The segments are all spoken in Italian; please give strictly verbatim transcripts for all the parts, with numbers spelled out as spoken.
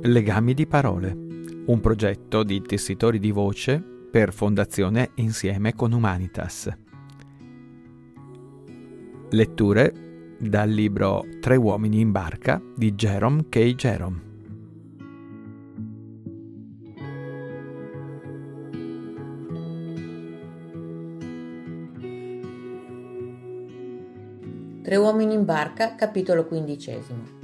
Legami di parole, un progetto di tessitori di voce per Fondazione Insieme con Humanitas. Letture dal libro Tre uomini in barca di Jerome K. Jerome. Tre uomini in barca, capitolo quindicesimo.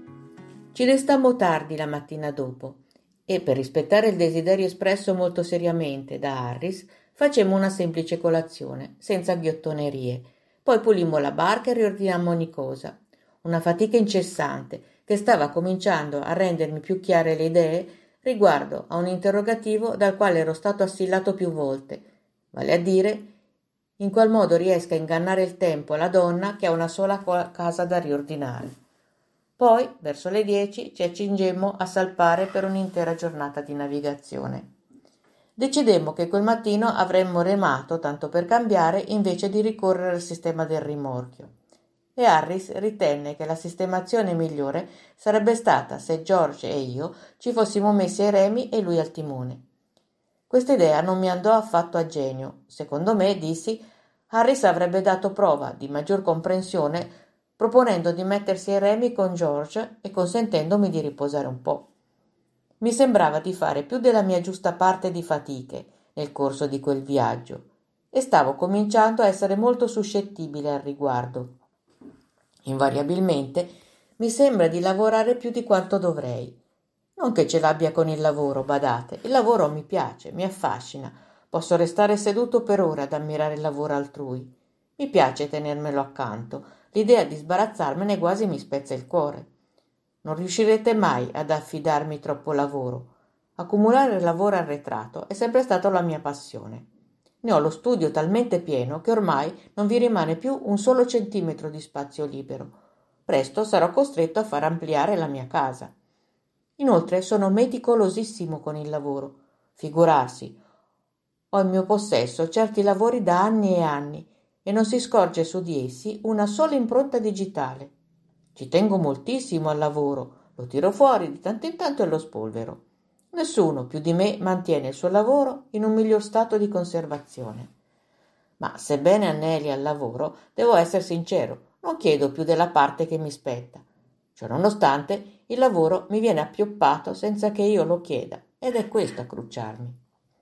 Ci restammo tardi la mattina dopo e, per rispettare il desiderio espresso molto seriamente da Harris, facemmo una semplice colazione, senza ghiottonerie. Poi pulimmo la barca e riordinammo ogni cosa. Una fatica incessante che stava cominciando a rendermi più chiare le idee riguardo a un interrogativo dal quale ero stato assillato più volte, vale a dire in qual modo riesca a ingannare il tempo alla donna che ha una sola casa da riordinare. Poi, verso le dieci, ci accingemmo a salpare per un'intera giornata di navigazione. Decidemmo che quel mattino avremmo remato, tanto per cambiare, invece di ricorrere al sistema del rimorchio. E Harris ritenne che la sistemazione migliore sarebbe stata se George e io ci fossimo messi ai remi e lui al timone. Questa idea non mi andò affatto a genio. Secondo me, dissi, Harris avrebbe dato prova di maggior comprensione proponendo di mettersi ai remi con George e consentendomi di riposare un po'. Mi sembrava di fare più della mia giusta parte di fatiche nel corso di quel viaggio e stavo cominciando a essere molto suscettibile al riguardo. Invariabilmente mi sembra di lavorare più di quanto dovrei. Non che ce l'abbia con il lavoro, badate, il lavoro mi piace, mi affascina, posso restare seduto per ore ad ammirare il lavoro altrui. Mi piace tenermelo accanto, l'idea di sbarazzarmene quasi mi spezza il cuore. Non riuscirete mai ad affidarmi troppo lavoro. Accumulare lavoro arretrato è sempre stata la mia passione. Ne ho lo studio talmente pieno che ormai non vi rimane più un solo centimetro di spazio libero. Presto sarò costretto a far ampliare la mia casa. Inoltre sono meticolosissimo con il lavoro. Figurarsi, ho in mio possesso certi lavori da anni e anni e non si scorge su di essi una sola impronta digitale. Ci tengo moltissimo al lavoro, lo tiro fuori di tanto in tanto e lo spolvero. Nessuno più di me mantiene il suo lavoro in un miglior stato di conservazione. Ma sebbene anneli al lavoro, devo essere sincero, non chiedo più della parte che mi spetta. Ciononostante, il lavoro mi viene appioppato senza che io lo chieda, ed è questo a crucciarmi.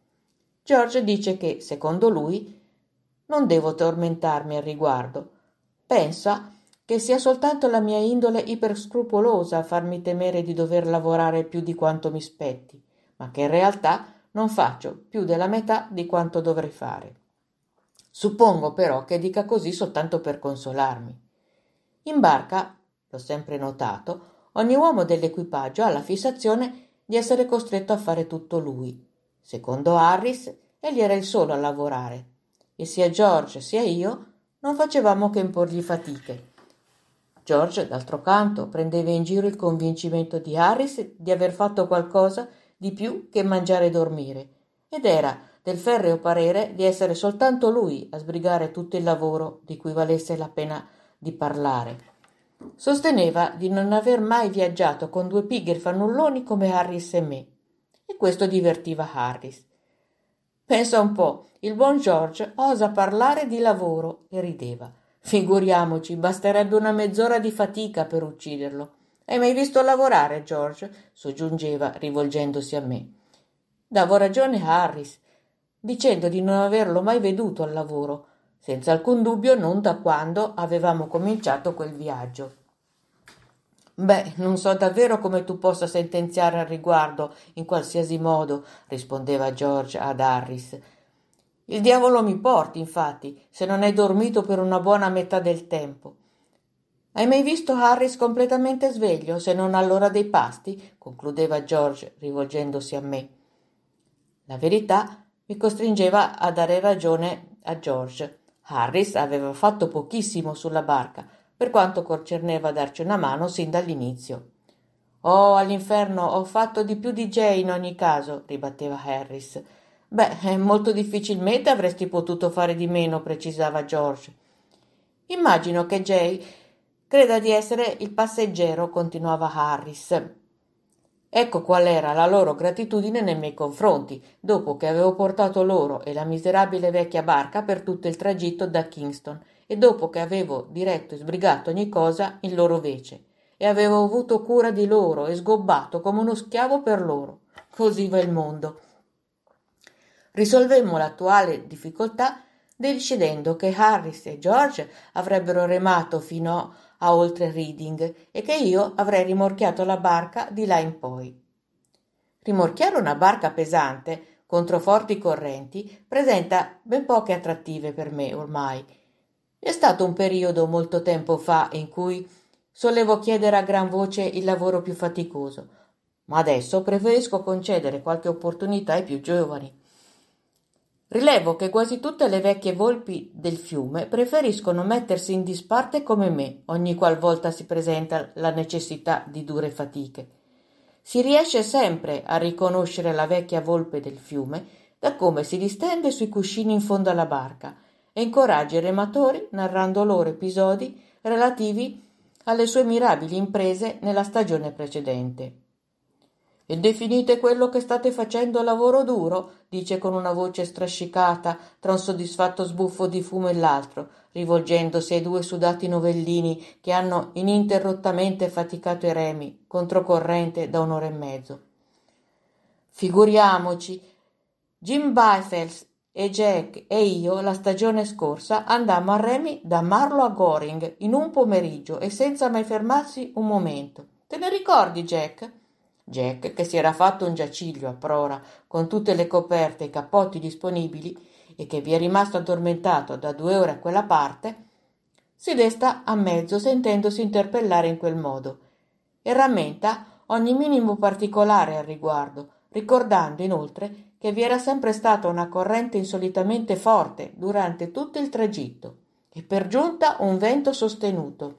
George dice che, secondo lui, non devo tormentarmi al riguardo. Pensa che sia soltanto la mia indole iperscrupolosa a farmi temere di dover lavorare più di quanto mi spetti, ma che in realtà non faccio più della metà di quanto dovrei fare. Suppongo però che dica così soltanto per consolarmi. In barca, l'ho sempre notato, ogni uomo dell'equipaggio ha la fissazione di essere costretto a fare tutto lui. Secondo Harris, egli era il solo a lavorare, e sia George sia io non facevamo che imporgli fatiche. George, d'altro canto, prendeva in giro il convincimento di Harris di aver fatto qualcosa di più che mangiare e dormire, ed era del ferreo parere di essere soltanto lui a sbrigare tutto il lavoro di cui valesse la pena di parlare. Sosteneva di non aver mai viaggiato con due pigri fannulloni come Harris e me, e questo divertiva Harris. Pensa un po', il buon George osa parlare di lavoro e rideva. Figuriamoci, basterebbe una mezz'ora di fatica per ucciderlo. Hai mai visto lavorare, George? Soggiungeva, rivolgendosi a me. Davo ragione a Harris, dicendo di non averlo mai veduto al lavoro, senza alcun dubbio non da quando avevamo cominciato quel viaggio. Beh, non so davvero come tu possa sentenziare al riguardo in qualsiasi modo, rispondeva George ad Harris. Il diavolo mi porti, infatti, se non hai dormito per una buona metà del tempo. Hai mai visto Harris completamente sveglio, se non all'ora dei pasti? Concludeva George, rivolgendosi a me. La verità mi costringeva a dare ragione a George. Harris aveva fatto pochissimo sulla barca, per quanto concerneva darci una mano sin dall'inizio. Oh, all'inferno, ho fatto di più di Jay in ogni caso, ribatteva Harris. Beh, molto difficilmente avresti potuto fare di meno, precisava George. Immagino che Jay creda di essere il passeggero, continuava Harris. Ecco qual era la loro gratitudine nei miei confronti, dopo che avevo portato loro e la miserabile vecchia barca per tutto il tragitto da Kingston e dopo che avevo diretto e sbrigato ogni cosa in loro vece e avevo avuto cura di loro e sgobbato come uno schiavo per loro. Così va il mondo. Risolvemmo l'attuale difficoltà decidendo che Harris e George avrebbero remato fino a oltre Reading e che io avrei rimorchiato la barca di là in poi. Rimorchiare una barca pesante contro forti correnti presenta ben poche attrattive per me ormai. È stato un periodo molto tempo fa in cui solevo chiedere a gran voce il lavoro più faticoso, ma adesso preferisco concedere qualche opportunità ai più giovani. Rilevo che quasi tutte le vecchie volpi del fiume preferiscono mettersi in disparte come me ogni qualvolta si presenta la necessità di dure fatiche. Si riesce sempre a riconoscere la vecchia volpe del fiume da come si distende sui cuscini in fondo alla barca e incoraggia i rematori narrando loro episodi relativi alle sue mirabili imprese nella stagione precedente. E definite quello che state facendo lavoro duro? Dice con una voce strascicata tra un soddisfatto sbuffo di fumo e l'altro, rivolgendosi ai due sudati novellini che hanno ininterrottamente faticato i remi controcorrente da un'ora e mezzo. Figuriamoci, Jim Byfels e Jack e io la stagione scorsa andammo a remi da Marlow a Goring in un pomeriggio e senza mai fermarsi un momento. Te ne ricordi, Jack? Jack, che si era fatto un giaciglio a prora con tutte le coperte e i cappotti disponibili e che vi è rimasto addormentato da due ore a quella parte, si desta a mezzo sentendosi interpellare in quel modo e rammenta ogni minimo particolare al riguardo, ricordando inoltre che vi era sempre stata una corrente insolitamente forte durante tutto il tragitto e per giunta un vento sostenuto.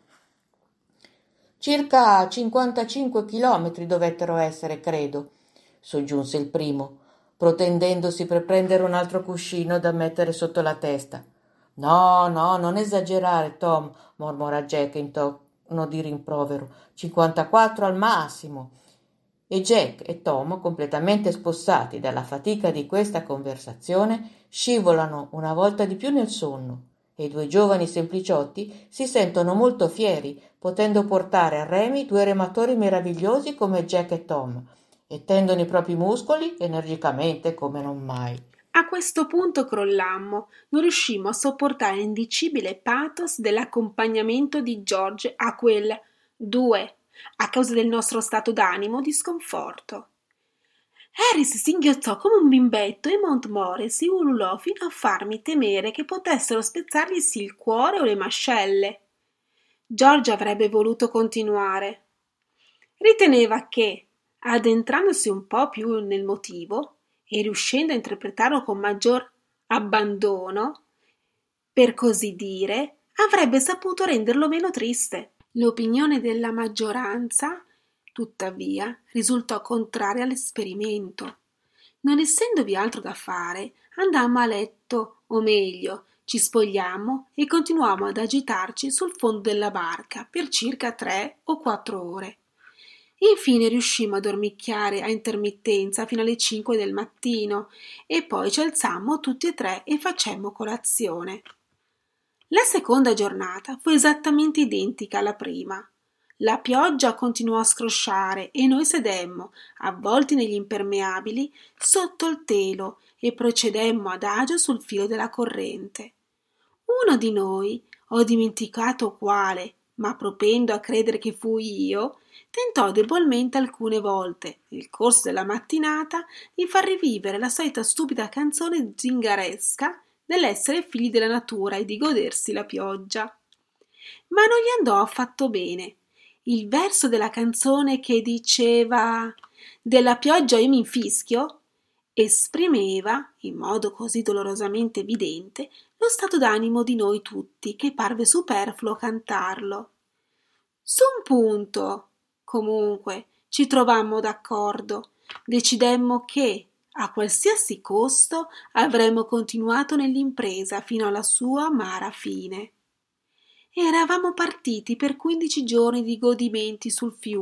Circa cinquantacinque chilometri dovettero essere, credo, soggiunse il primo, protendendosi per prendere un altro cuscino da mettere sotto la testa. No, no, non esagerare, Tom, mormora Jack in tono di rimprovero. cinquantaquattro al massimo. E Jack e Tom, completamente spossati dalla fatica di questa conversazione, scivolano una volta di più nel sonno. E i due giovani sempliciotti si sentono molto fieri, potendo portare a remi due rematori meravigliosi come Jack e Tom, e tendono i propri muscoli energicamente come non mai. A questo punto crollammo, non riuscimmo a sopportare l'indicibile pathos dell'accompagnamento di George a quel due, a causa del nostro stato d'animo di sconforto. Harris singhiozzò come un bimbetto e Mountmorris ululò fino a farmi temere che potessero spezzarglisi il cuore o le mascelle. George avrebbe voluto continuare. Riteneva che, addentrandosi un po' più nel motivo e riuscendo a interpretarlo con maggior abbandono, per così dire, avrebbe saputo renderlo meno triste. L'opinione della maggioranza, tuttavia, risultò contraria all'esperimento. Non essendovi altro da fare, andammo a letto, o meglio, ci spogliammo e continuammo ad agitarci sul fondo della barca per circa tre o quattro ore. Infine riuscimmo a dormicchiare a intermittenza fino alle cinque del mattino e poi ci alzammo tutti e tre e facemmo colazione. La seconda giornata fu esattamente identica alla prima. La pioggia continuò a scrosciare e noi sedemmo, avvolti negli impermeabili, sotto il telo e procedemmo adagio sul filo della corrente. Uno di noi, ho dimenticato quale, ma propendo a credere che fui io, tentò debolmente alcune volte, nel corso della mattinata, di far rivivere la solita stupida canzone zingaresca dell'essere figli della natura e di godersi la pioggia. Ma non gli andò affatto bene. Il verso della canzone che diceva «Della pioggia io mi infischio» esprimeva, in modo così dolorosamente evidente, lo stato d'animo di noi tutti che parve superfluo cantarlo. Su un punto, comunque, ci trovammo d'accordo. Decidemmo che, a qualsiasi costo, avremmo continuato nell'impresa fino alla sua amara fine. Eravamo partiti per quindici giorni di godimenti sul fiume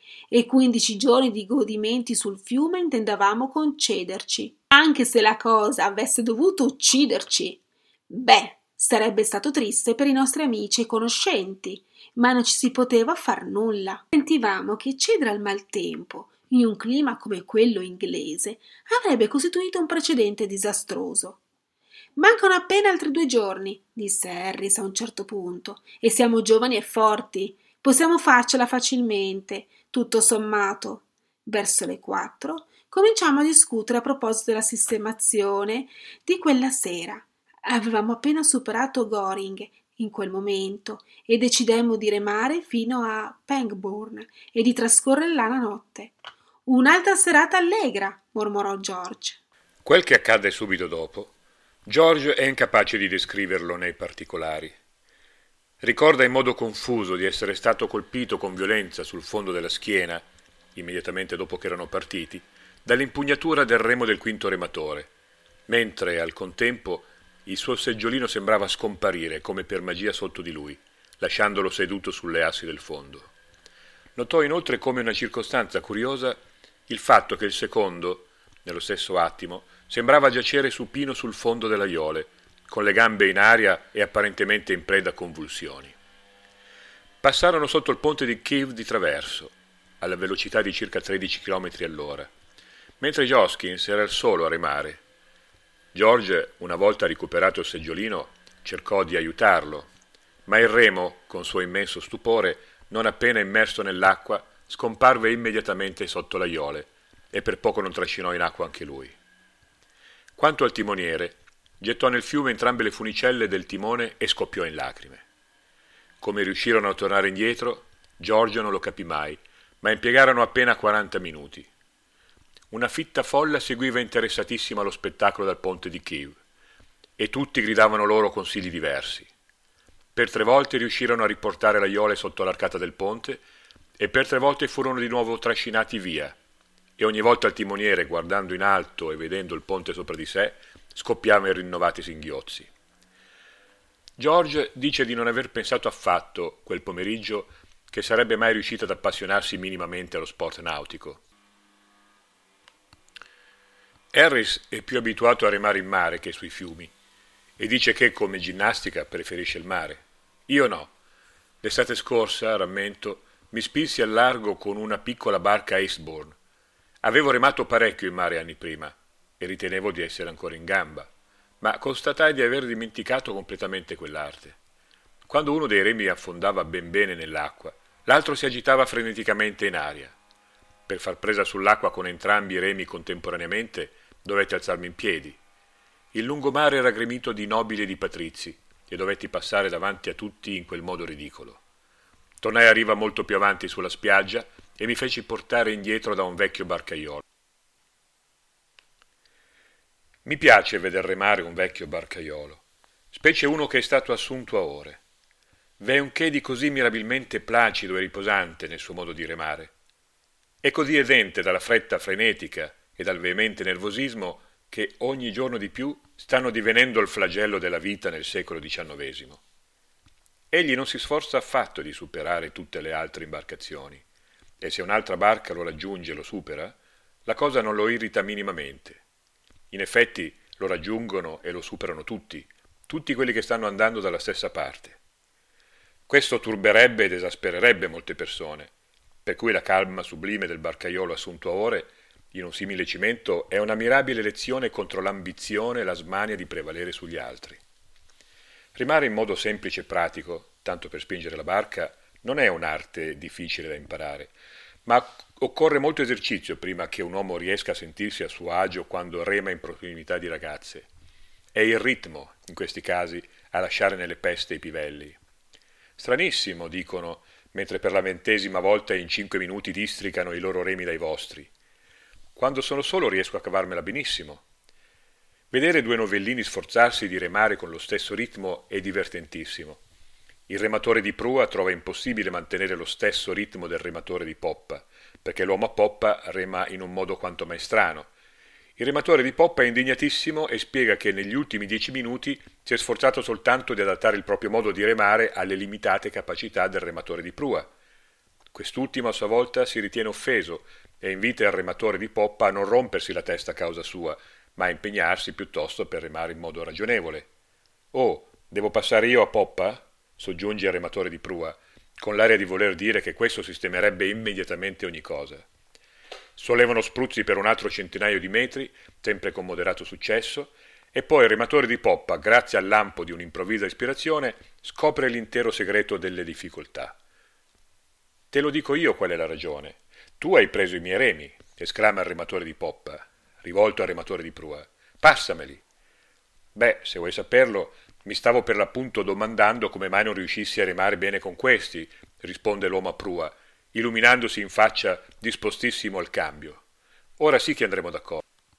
e quindici giorni di godimenti sul fiume intendavamo concederci, anche se la cosa avesse dovuto ucciderci. Beh, sarebbe stato triste per i nostri amici e conoscenti, ma non ci si poteva far nulla. Sentivamo che cedere al maltempo in un clima come quello inglese avrebbe costituito un precedente disastroso. Mancano appena altri due giorni, disse Harris a un certo punto, e siamo giovani e forti. Possiamo farcela facilmente, tutto sommato. Verso le quattro cominciamo a discutere a proposito della sistemazione di quella sera. Avevamo appena superato Goring in quel momento e decidemmo di remare fino a Pangbourne e di trascorrere là la notte. Un'altra serata allegra, mormorò George. Quel che accadde subito dopo, George è incapace di descriverlo nei particolari. Ricorda in modo confuso di essere stato colpito con violenza sul fondo della schiena, immediatamente dopo che erano partiti, dall'impugnatura del remo del quinto rematore, mentre al contempo il suo seggiolino sembrava scomparire come per magia sotto di lui, lasciandolo seduto sulle assi del fondo. Notò inoltre come una circostanza curiosa il fatto che il secondo, nello stesso attimo, sembrava giacere supino sul fondo della Iole, con le gambe in aria e apparentemente in preda a convulsioni. Passarono sotto il ponte di Kiev di traverso, alla velocità di circa tredici chilometri all'ora, mentre Joskins era il solo a remare. George, una volta recuperato il seggiolino, cercò di aiutarlo, ma il remo, con suo immenso stupore, non appena immerso nell'acqua, scomparve immediatamente sotto la Iole e per poco non trascinò in acqua anche lui. Quanto al timoniere, gettò nel fiume entrambe le funicelle del timone e scoppiò in lacrime. Come riuscirono a tornare indietro, George non lo capì mai, ma impiegarono appena quaranta minuti. Una fitta folla seguiva interessatissima lo spettacolo dal ponte di Kiev, e tutti gridavano loro consigli diversi. Per tre volte riuscirono a riportare la Iole sotto l'arcata del ponte, e per tre volte furono di nuovo trascinati via, e ogni volta il timoniere, guardando in alto e vedendo il ponte sopra di sé, scoppiava in rinnovati singhiozzi. George dice di non aver pensato affatto, quel pomeriggio, che sarebbe mai riuscito ad appassionarsi minimamente allo sport nautico. Harris è più abituato a remare in mare che sui fiumi, e dice che, come ginnastica, preferisce il mare. Io no. L'estate scorsa, rammento, mi spinsi al largo con una piccola barca Eastbourne. Avevo remato parecchio in mare anni prima, e ritenevo di essere ancora in gamba, ma constatai di aver dimenticato completamente quell'arte. Quando uno dei remi affondava ben bene nell'acqua, l'altro si agitava freneticamente in aria. Per far presa sull'acqua con entrambi i remi contemporaneamente, dovetti alzarmi in piedi. Il lungomare era gremito di nobili e di patrizi, e dovetti passare davanti a tutti in quel modo ridicolo. Tornai a riva molto più avanti sulla spiaggia e mi feci portare indietro da un vecchio barcaiolo. Mi piace veder remare un vecchio barcaiolo, specie uno che è stato assunto a ore. V'è un che di così mirabilmente placido e riposante nel suo modo di remare. È così esente dalla fretta frenetica e dal veemente nervosismo che ogni giorno di più stanno divenendo il flagello della vita nel secolo diciannovesimo. Egli non si sforza affatto di superare tutte le altre imbarcazioni, e se un'altra barca lo raggiunge e lo supera, la cosa non lo irrita minimamente. In effetti lo raggiungono e lo superano tutti, tutti quelli che stanno andando dalla stessa parte. Questo turberebbe ed esaspererebbe molte persone, per cui la calma sublime del barcaiolo assunto a ore in un simile cimento è una mirabile lezione contro l'ambizione e la smania di prevalere sugli altri. Remare in modo semplice e pratico, tanto per spingere la barca, non è un'arte difficile da imparare, ma occorre molto esercizio prima che un uomo riesca a sentirsi a suo agio quando rema in prossimità di ragazze. È il ritmo, in questi casi, a lasciare nelle peste i pivelli. Stranissimo, dicono, mentre per la ventesima volta in cinque minuti districano i loro remi dai vostri. Quando sono solo riesco a cavarmela benissimo. Vedere due novellini sforzarsi di remare con lo stesso ritmo è divertentissimo. Il rematore di prua trova impossibile mantenere lo stesso ritmo del rematore di poppa, perché l'uomo a poppa rema in un modo quanto mai strano. Il rematore di poppa è indignatissimo e spiega che negli ultimi dieci minuti si è sforzato soltanto di adattare il proprio modo di remare alle limitate capacità del rematore di prua. Quest'ultimo a sua volta si ritiene offeso e invita il rematore di poppa a non rompersi la testa a causa sua, ma a impegnarsi piuttosto per remare in modo ragionevole. «Oh, devo passare io a poppa?» soggiunge il rematore di prua, con l'aria di voler dire che questo sistemerebbe immediatamente ogni cosa. Sollevano spruzzi per un altro centinaio di metri, sempre con moderato successo, e poi il rematore di poppa, grazie al lampo di un'improvvisa ispirazione, scopre l'intero segreto delle difficoltà. «Te lo dico io qual è la ragione. Tu hai preso i miei remi», esclama il rematore di poppa, rivolto al rematore di prua. «Passameli». «Beh, se vuoi saperlo, mi stavo per l'appunto domandando come mai non riuscissi a remare bene con questi», risponde l'uomo a prua, illuminandosi in faccia dispostissimo al cambio. «Ora sì che andremo d'accordo».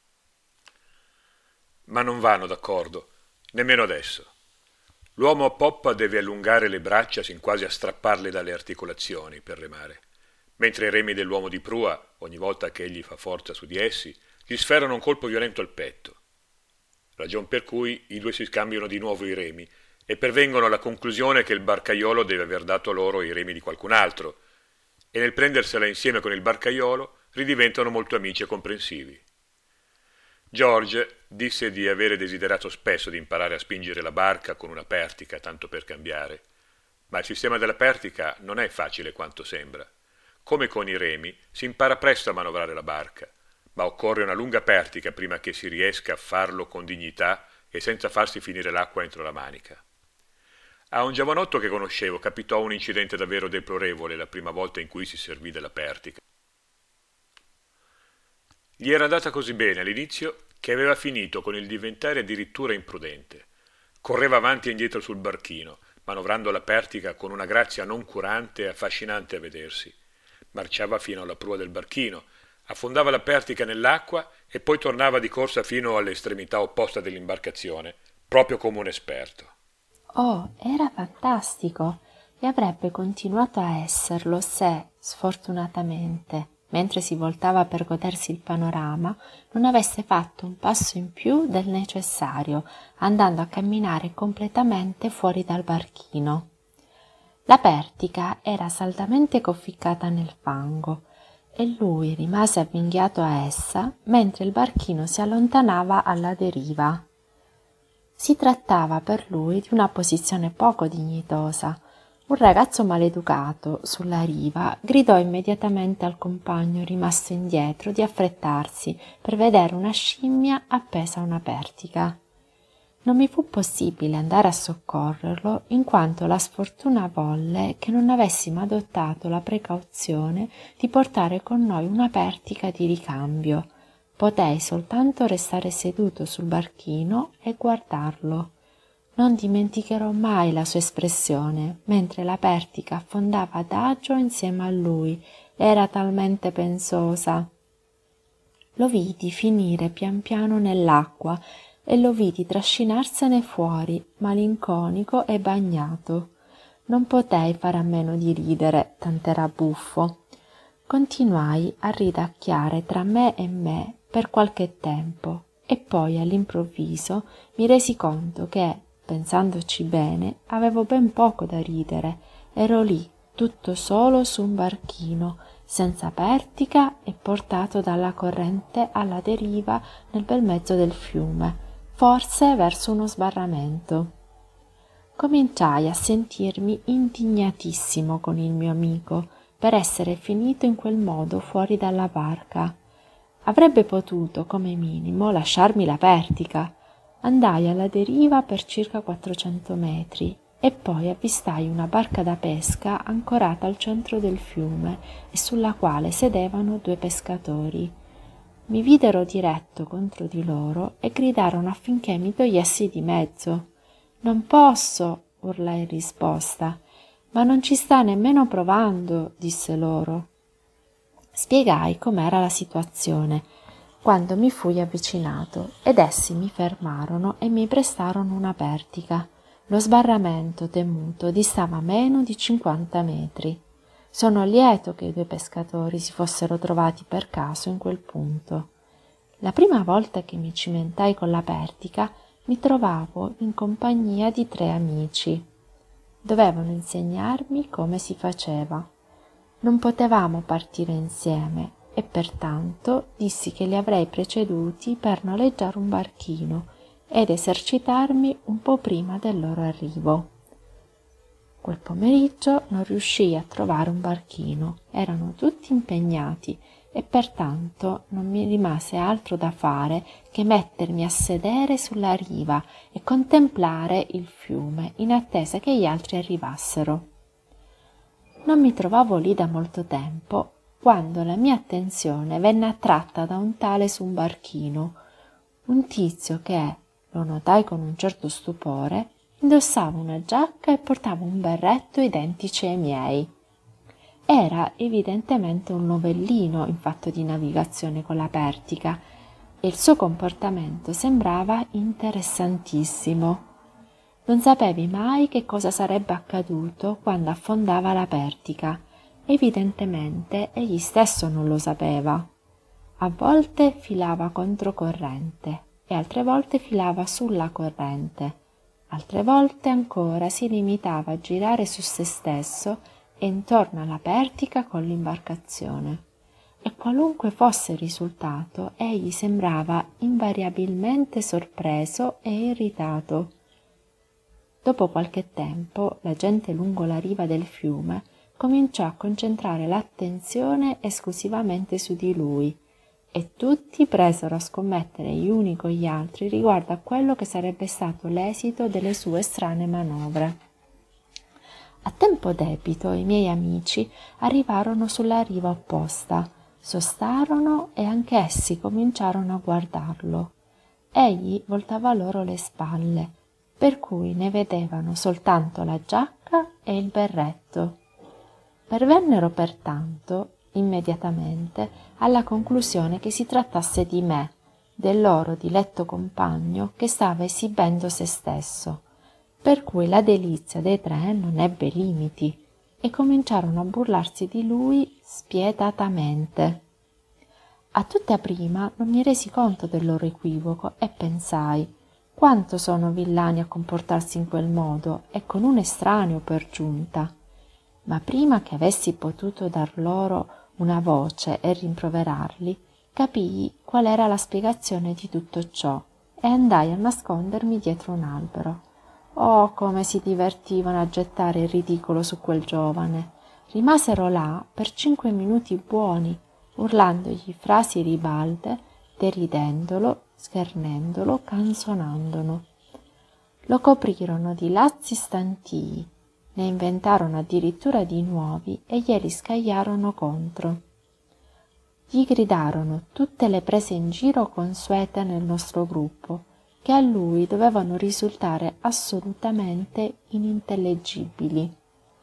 Ma non vanno d'accordo, nemmeno adesso. L'uomo a poppa deve allungare le braccia sin quasi a strapparle dalle articolazioni per remare, mentre i remi dell'uomo di prua, ogni volta che egli fa forza su di essi, gli sferrano un colpo violento al petto. Ragion per cui i due si scambiano di nuovo i remi e pervengono alla conclusione che il barcaiolo deve aver dato loro i remi di qualcun altro, e nel prendersela insieme con il barcaiolo ridiventano molto amici e comprensivi. George disse di avere desiderato spesso di imparare a spingere la barca con una pertica, tanto per cambiare, ma il sistema della pertica non è facile quanto sembra. Come con i remi, si impara presto a manovrare la barca, ma occorre una lunga pertica prima che si riesca a farlo con dignità e senza farsi finire l'acqua entro la manica. A un giovanotto che conoscevo capitò un incidente davvero deplorevole la prima volta in cui si servì della pertica. Gli era andata così bene all'inizio che aveva finito con il diventare addirittura imprudente. Correva avanti e indietro sul barchino, manovrando la pertica con una grazia noncurante e affascinante a vedersi. Marciava fino alla prua del barchino, affondava la pertica nell'acqua e poi tornava di corsa fino all'estremità opposta dell'imbarcazione, proprio come un esperto. Oh, era fantastico e avrebbe continuato a esserlo se, sfortunatamente, mentre si voltava per godersi il panorama, non avesse fatto un passo in più del necessario, andando a camminare completamente fuori dal barchino. La pertica era saldamente conficcata nel fango e lui rimase avvinghiato a essa mentre il barchino si allontanava alla deriva. Si trattava per lui di una posizione poco dignitosa. Un ragazzo maleducato sulla riva gridò immediatamente al compagno rimasto indietro di affrettarsi per vedere una scimmia appesa a una pertica. Non mi fu possibile andare a soccorrerlo in quanto la sfortuna volle che non avessimo adottato la precauzione di portare con noi una pertica di ricambio. Potei soltanto restare seduto sul barchino e guardarlo. Non dimenticherò mai la sua espressione, mentre la pertica affondava adagio insieme a lui, era talmente pensosa. Lo vidi finire pian piano nell'acqua e lo vidi trascinarsene fuori, malinconico e bagnato. Non potei fare a meno di ridere, tant'era buffo. Continuai a ridacchiare tra me e me per qualche tempo e poi all'improvviso mi resi conto che, pensandoci bene, avevo ben poco da ridere. Ero lì, tutto solo su un barchino, senza pertica e portato dalla corrente alla deriva nel bel mezzo del fiume, forse verso uno sbarramento. Cominciai a sentirmi indignatissimo con il mio amico per essere finito in quel modo fuori dalla barca. Avrebbe potuto, come minimo, lasciarmi la pertica. Andai alla deriva per circa quattrocento metri e poi avvistai una barca da pesca ancorata al centro del fiume e sulla quale sedevano due pescatori. Mi videro diretto contro di loro e gridarono affinché mi togliessi di mezzo. «Non posso!» urlai in risposta. «Ma non ci sta nemmeno provando!» disse loro. Spiegai com'era la situazione quando mi fui avvicinato ed essi mi fermarono e mi prestarono una pertica. Lo sbarramento temuto distava meno di cinquanta metri. Sono lieto che i due pescatori si fossero trovati per caso in quel punto. La prima volta che mi cimentai con la pertica mi trovavo in compagnia di tre amici. Dovevano insegnarmi come si faceva. Non potevamo partire insieme e pertanto dissi che li avrei preceduti per noleggiare un barchino ed esercitarmi un po' prima del loro arrivo. Quel pomeriggio non riuscii a trovare un barchino, erano tutti impegnati e pertanto non mi rimase altro da fare che mettermi a sedere sulla riva e contemplare il fiume in attesa che gli altri arrivassero. Non mi trovavo lì da molto tempo quando la mia attenzione venne attratta da un tale su un barchino, un tizio che, lo notai con un certo stupore, indossava una giacca e portava un berretto identici ai miei. Era evidentemente un novellino in fatto di navigazione con la Pertica e il suo comportamento sembrava interessantissimo. Non sapevi mai che cosa sarebbe accaduto quando affondava la Pertica. Evidentemente egli stesso non lo sapeva. A volte filava controcorrente e altre volte filava sulla corrente. Altre volte ancora si limitava a girare su se stesso e intorno alla Pertica con l'imbarcazione. E qualunque fosse il risultato, egli sembrava invariabilmente sorpreso e irritato. Dopo qualche tempo, la gente lungo la riva del fiume cominciò a concentrare l'attenzione esclusivamente su di lui e tutti presero a scommettere gli uni con gli altri riguardo a quello che sarebbe stato l'esito delle sue strane manovre. A tempo debito i miei amici arrivarono sulla riva opposta, sostarono e anch'essi cominciarono a guardarlo. Egli voltava loro le spalle, per cui ne vedevano soltanto la giacca e il berretto. Pervennero pertanto immediatamente alla conclusione che si trattasse di me, del loro diletto compagno che stava esibendo se stesso, per cui la delizia dei tre non ebbe limiti e cominciarono a burlarsi di lui spietatamente. A tutta prima non mi resi conto del loro equivoco e pensai: quanto sono villani a comportarsi in quel modo e con un estraneo per giunta. Ma prima che avessi potuto dar loro una voce e rimproverarli, capii qual era la spiegazione di tutto ciò e andai a nascondermi dietro un albero. Oh, come si divertivano a gettare il ridicolo su quel giovane! Rimasero là per cinque minuti buoni, urlandogli frasi ribalde, deridendolo, schernendolo, canzonandolo. Lo coprirono di lazzi stantii, ne inventarono addirittura di nuovi e glieli scagliarono contro. Gli gridarono tutte le prese in giro consuete nel nostro gruppo, che a lui dovevano risultare assolutamente inintellegibili.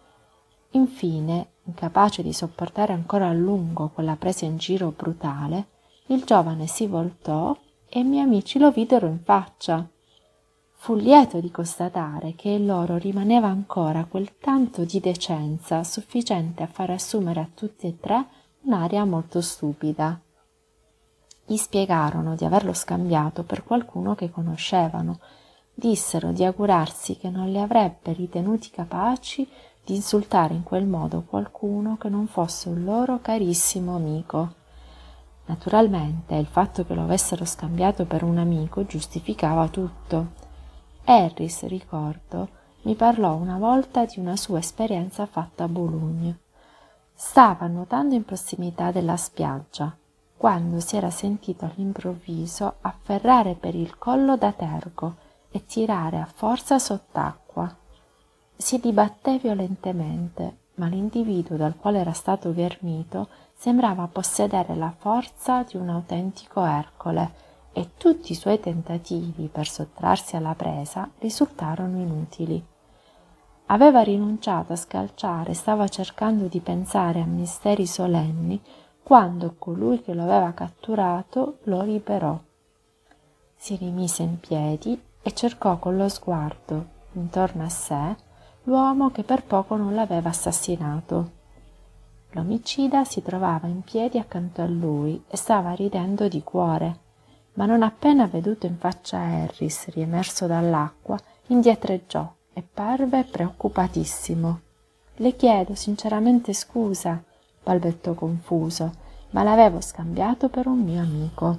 Infine, incapace di sopportare ancora a lungo quella presa in giro brutale, il giovane si voltò e i miei amici lo videro in faccia. Fu lieto di constatare che in loro rimaneva ancora quel tanto di decenza sufficiente a far assumere a tutti e tre un'aria molto stupida. Gli spiegarono di averlo scambiato per qualcuno che conoscevano, dissero di augurarsi che non li avrebbe ritenuti capaci di insultare in quel modo qualcuno che non fosse un loro carissimo amico. Naturalmente il fatto che lo avessero scambiato per un amico giustificava tutto. Harris, ricordo, mi parlò una volta di una sua esperienza fatta a Boulogne. Stava nuotando in prossimità della spiaggia, quando si era sentito all'improvviso afferrare per il collo da tergo e tirare a forza sott'acqua. Si dibatté violentemente, ma l'individuo dal quale era stato ghermito sembrava possedere la forza di un autentico Ercole, e tutti i suoi tentativi per sottrarsi alla presa risultarono inutili. Aveva rinunciato a scalciare e stava cercando di pensare a misteri solenni quando colui che lo aveva catturato lo liberò. Si rimise in piedi e cercò con lo sguardo intorno a sé l'uomo che per poco non l'aveva assassinato. L'omicida si trovava in piedi accanto a lui e stava ridendo di cuore, ma non appena veduto in faccia Harris riemerso dall'acqua, indietreggiò e parve preoccupatissimo. «Le chiedo sinceramente scusa», balbettò confuso, ma l'avevo scambiato per un mio amico.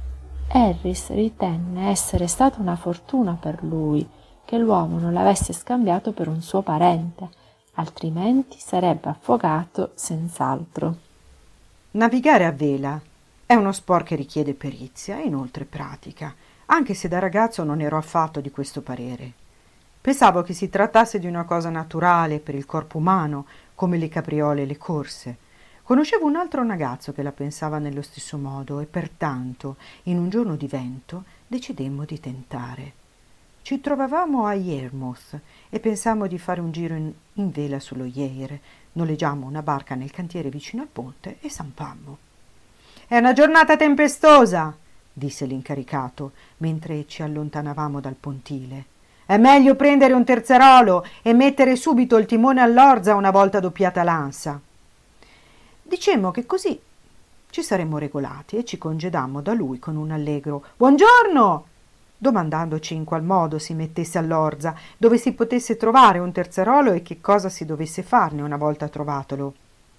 Harris ritenne essere stata una fortuna per lui che l'uomo non l'avesse scambiato per un suo parente, altrimenti sarebbe affogato senz'altro. Navigare a vela è uno sport che richiede perizia e inoltre pratica, anche se da ragazzo non ero affatto di questo parere. Pensavo che si trattasse di una cosa naturale per il corpo umano, come le capriole e le corse. Conoscevo un altro ragazzo che la pensava nello stesso modo e pertanto, in un giorno di vento, decidemmo di tentare. Ci trovavamo a Yarmouth e pensammo di fare un giro in, in vela sullo Yare. Noleggiammo una barca nel cantiere vicino al ponte e zampammo. «È una giornata tempestosa», disse l'incaricato, mentre ci allontanavamo dal pontile. «È meglio prendere un terzerolo e mettere subito il timone all'orza una volta doppiata l'ansa». Dicemmo che così ci saremmo regolati e ci congedammo da lui con un allegro «Buongiorno!», domandandoci in qual modo si mettesse all'orza, dove si potesse trovare un terzerolo e che cosa si dovesse farne una volta trovatolo.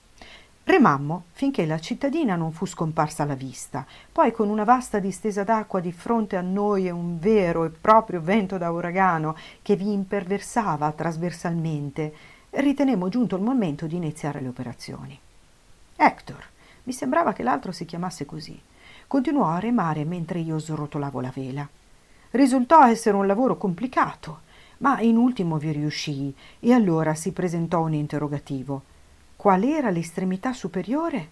Remammo finché la cittadina non fu scomparsa alla vista, poi con una vasta distesa d'acqua di fronte a noi e un vero e proprio vento da uragano che vi imperversava trasversalmente, ritenemmo giunto il momento di iniziare le operazioni. Hector, mi sembrava che l'altro si chiamasse così, continuò a remare mentre io srotolavo la vela. Risultò essere un lavoro complicato, ma in ultimo vi riuscii e allora si presentò un interrogativo. Qual era l'estremità superiore?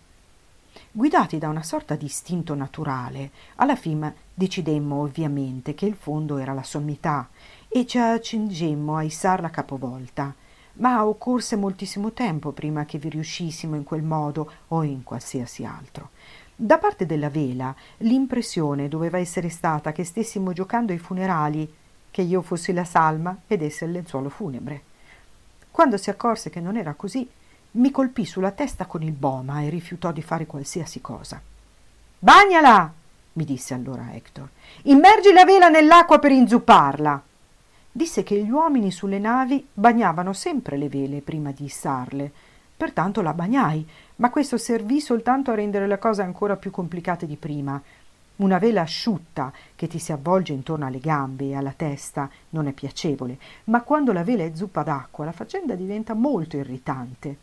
Guidati da una sorta di istinto naturale, alla fine decidemmo ovviamente che il fondo era la sommità e ci accingemmo a issarla capovolta, ma occorse moltissimo tempo prima che vi riuscissimo in quel modo o in qualsiasi altro. Da parte della vela l'impressione doveva essere stata che stessimo giocando ai funerali, che io fossi la salma ed esse il lenzuolo funebre. Quando si accorse che non era così, mi colpì sulla testa con il boma e rifiutò di fare qualsiasi cosa. «Bagnala!» mi disse allora Hector. «Immergi la vela nell'acqua per inzupparla!» Disse che gli uomini sulle navi bagnavano sempre le vele prima di issarle. Pertanto la bagnai, ma questo servì soltanto a rendere le cose ancora più complicate di prima. Una vela asciutta che ti si avvolge intorno alle gambe e alla testa non è piacevole, ma quando la vela è zuppa d'acqua la faccenda diventa molto irritante.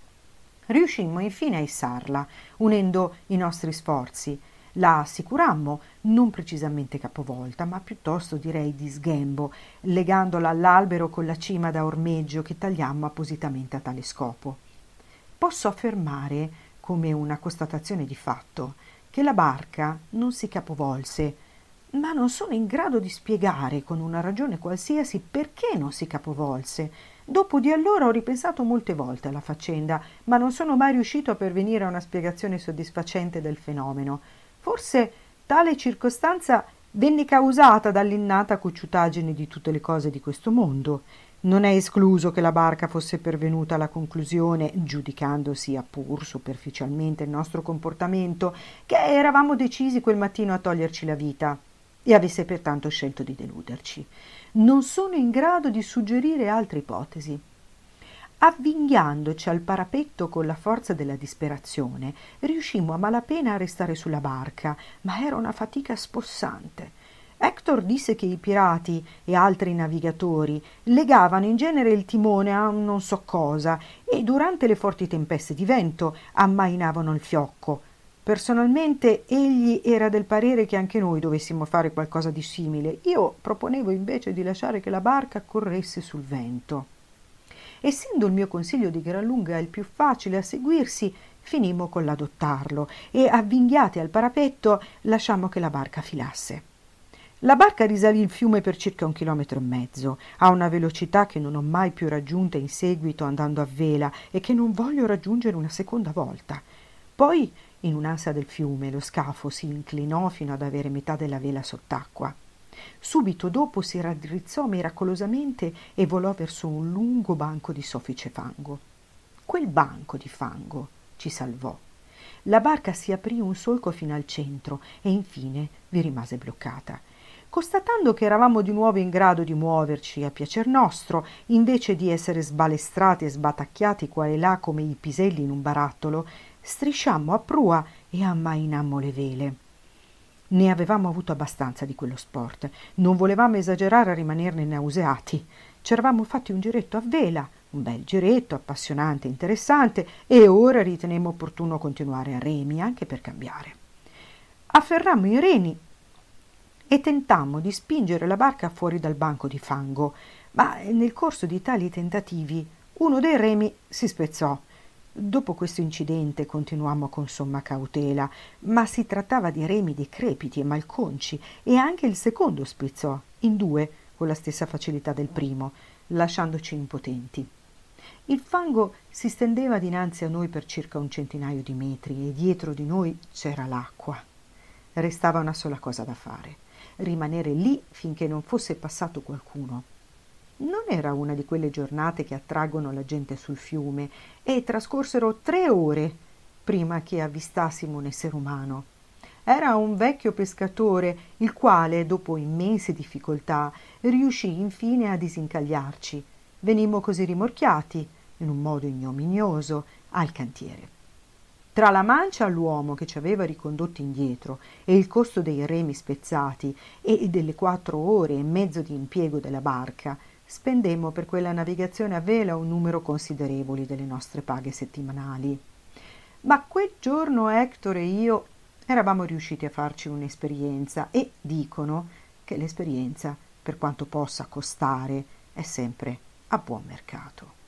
Riuscimmo infine a issarla, unendo i nostri sforzi. La assicurammo, non precisamente capovolta, ma piuttosto direi di sghembo, legandola all'albero con la cima da ormeggio che tagliammo appositamente a tale scopo. Posso affermare, come una constatazione di fatto, che la barca non si capovolse, ma non sono in grado di spiegare con una ragione qualsiasi perché non si capovolse. Dopo di allora ho ripensato molte volte alla faccenda, ma non sono mai riuscito a pervenire a una spiegazione soddisfacente del fenomeno. Forse tale circostanza venne causata dall'innata cocciutaggine di tutte le cose di questo mondo. Non è escluso che la barca fosse pervenuta alla conclusione, giudicandosi appur superficialmente il nostro comportamento, che eravamo decisi quel mattino a toglierci la vita e avesse pertanto scelto di deluderci. Non sono in grado di suggerire altre ipotesi. Avvinghiandoci al parapetto con la forza della disperazione, riuscimmo a malapena a restare sulla barca, ma era una fatica spossante. Hector disse che i pirati e altri navigatori legavano in genere il timone a non so cosa e durante le forti tempeste di vento ammainavano il fiocco. Personalmente egli era del parere che anche noi dovessimo fare qualcosa di simile. Io proponevo invece di lasciare che la barca corresse sul vento. Essendo il mio consiglio di gran lunga il più facile a seguirsi, finimmo con l'adottarlo e, avvinghiati al parapetto, lasciammo che la barca filasse. La barca risalì il fiume per circa un chilometro e mezzo, a una velocità che non ho mai più raggiunta in seguito andando a vela e che non voglio raggiungere una seconda volta. Poi, in un'ansa del fiume, lo scafo si inclinò fino ad avere metà della vela sott'acqua. Subito dopo si raddrizzò miracolosamente e volò verso un lungo banco di soffice fango. Quel banco di fango ci salvò. La barca si aprì un solco fino al centro e infine vi rimase bloccata. Constatando che eravamo di nuovo in grado di muoverci a piacer nostro, invece di essere sbalestrati e sbatacchiati qua e là come i piselli in un barattolo, strisciammo a prua e ammainammo le vele. Ne avevamo avuto abbastanza di quello sport, non volevamo esagerare a rimanerne nauseati. Ci eravamo fatti un giretto a vela, un bel giretto appassionante e interessante, e ora ritenemmo opportuno continuare a remi, anche per cambiare. Afferrammo i reni e tentammo di spingere la barca fuori dal banco di fango, ma nel corso di tali tentativi uno dei remi si spezzò. Dopo questo incidente continuammo con somma cautela, ma si trattava di remi decrepiti e malconci, e anche il secondo spezzò in due con la stessa facilità del primo, lasciandoci impotenti. Il fango si stendeva dinanzi a noi per circa un centinaio di metri e dietro di noi c'era l'acqua. Restava una sola cosa da fare: rimanere lì finché non fosse passato qualcuno. Non era una di quelle giornate che attraggono la gente sul fiume, e trascorsero tre ore prima che avvistassimo un essere umano. Era un vecchio pescatore, il quale, dopo immense difficoltà, riuscì infine a disincagliarci. Venimmo così rimorchiati, in un modo ignominioso, al cantiere. Tra la mancia all'uomo che ci aveva ricondotti indietro e il costo dei remi spezzati e delle quattro ore e mezzo di impiego della barca, spendemmo per quella navigazione a vela un numero considerevole delle nostre paghe settimanali. Ma quel giorno Hector e io eravamo riusciti a farci un'esperienza, e dicono che l'esperienza, per quanto possa costare, è sempre a buon mercato.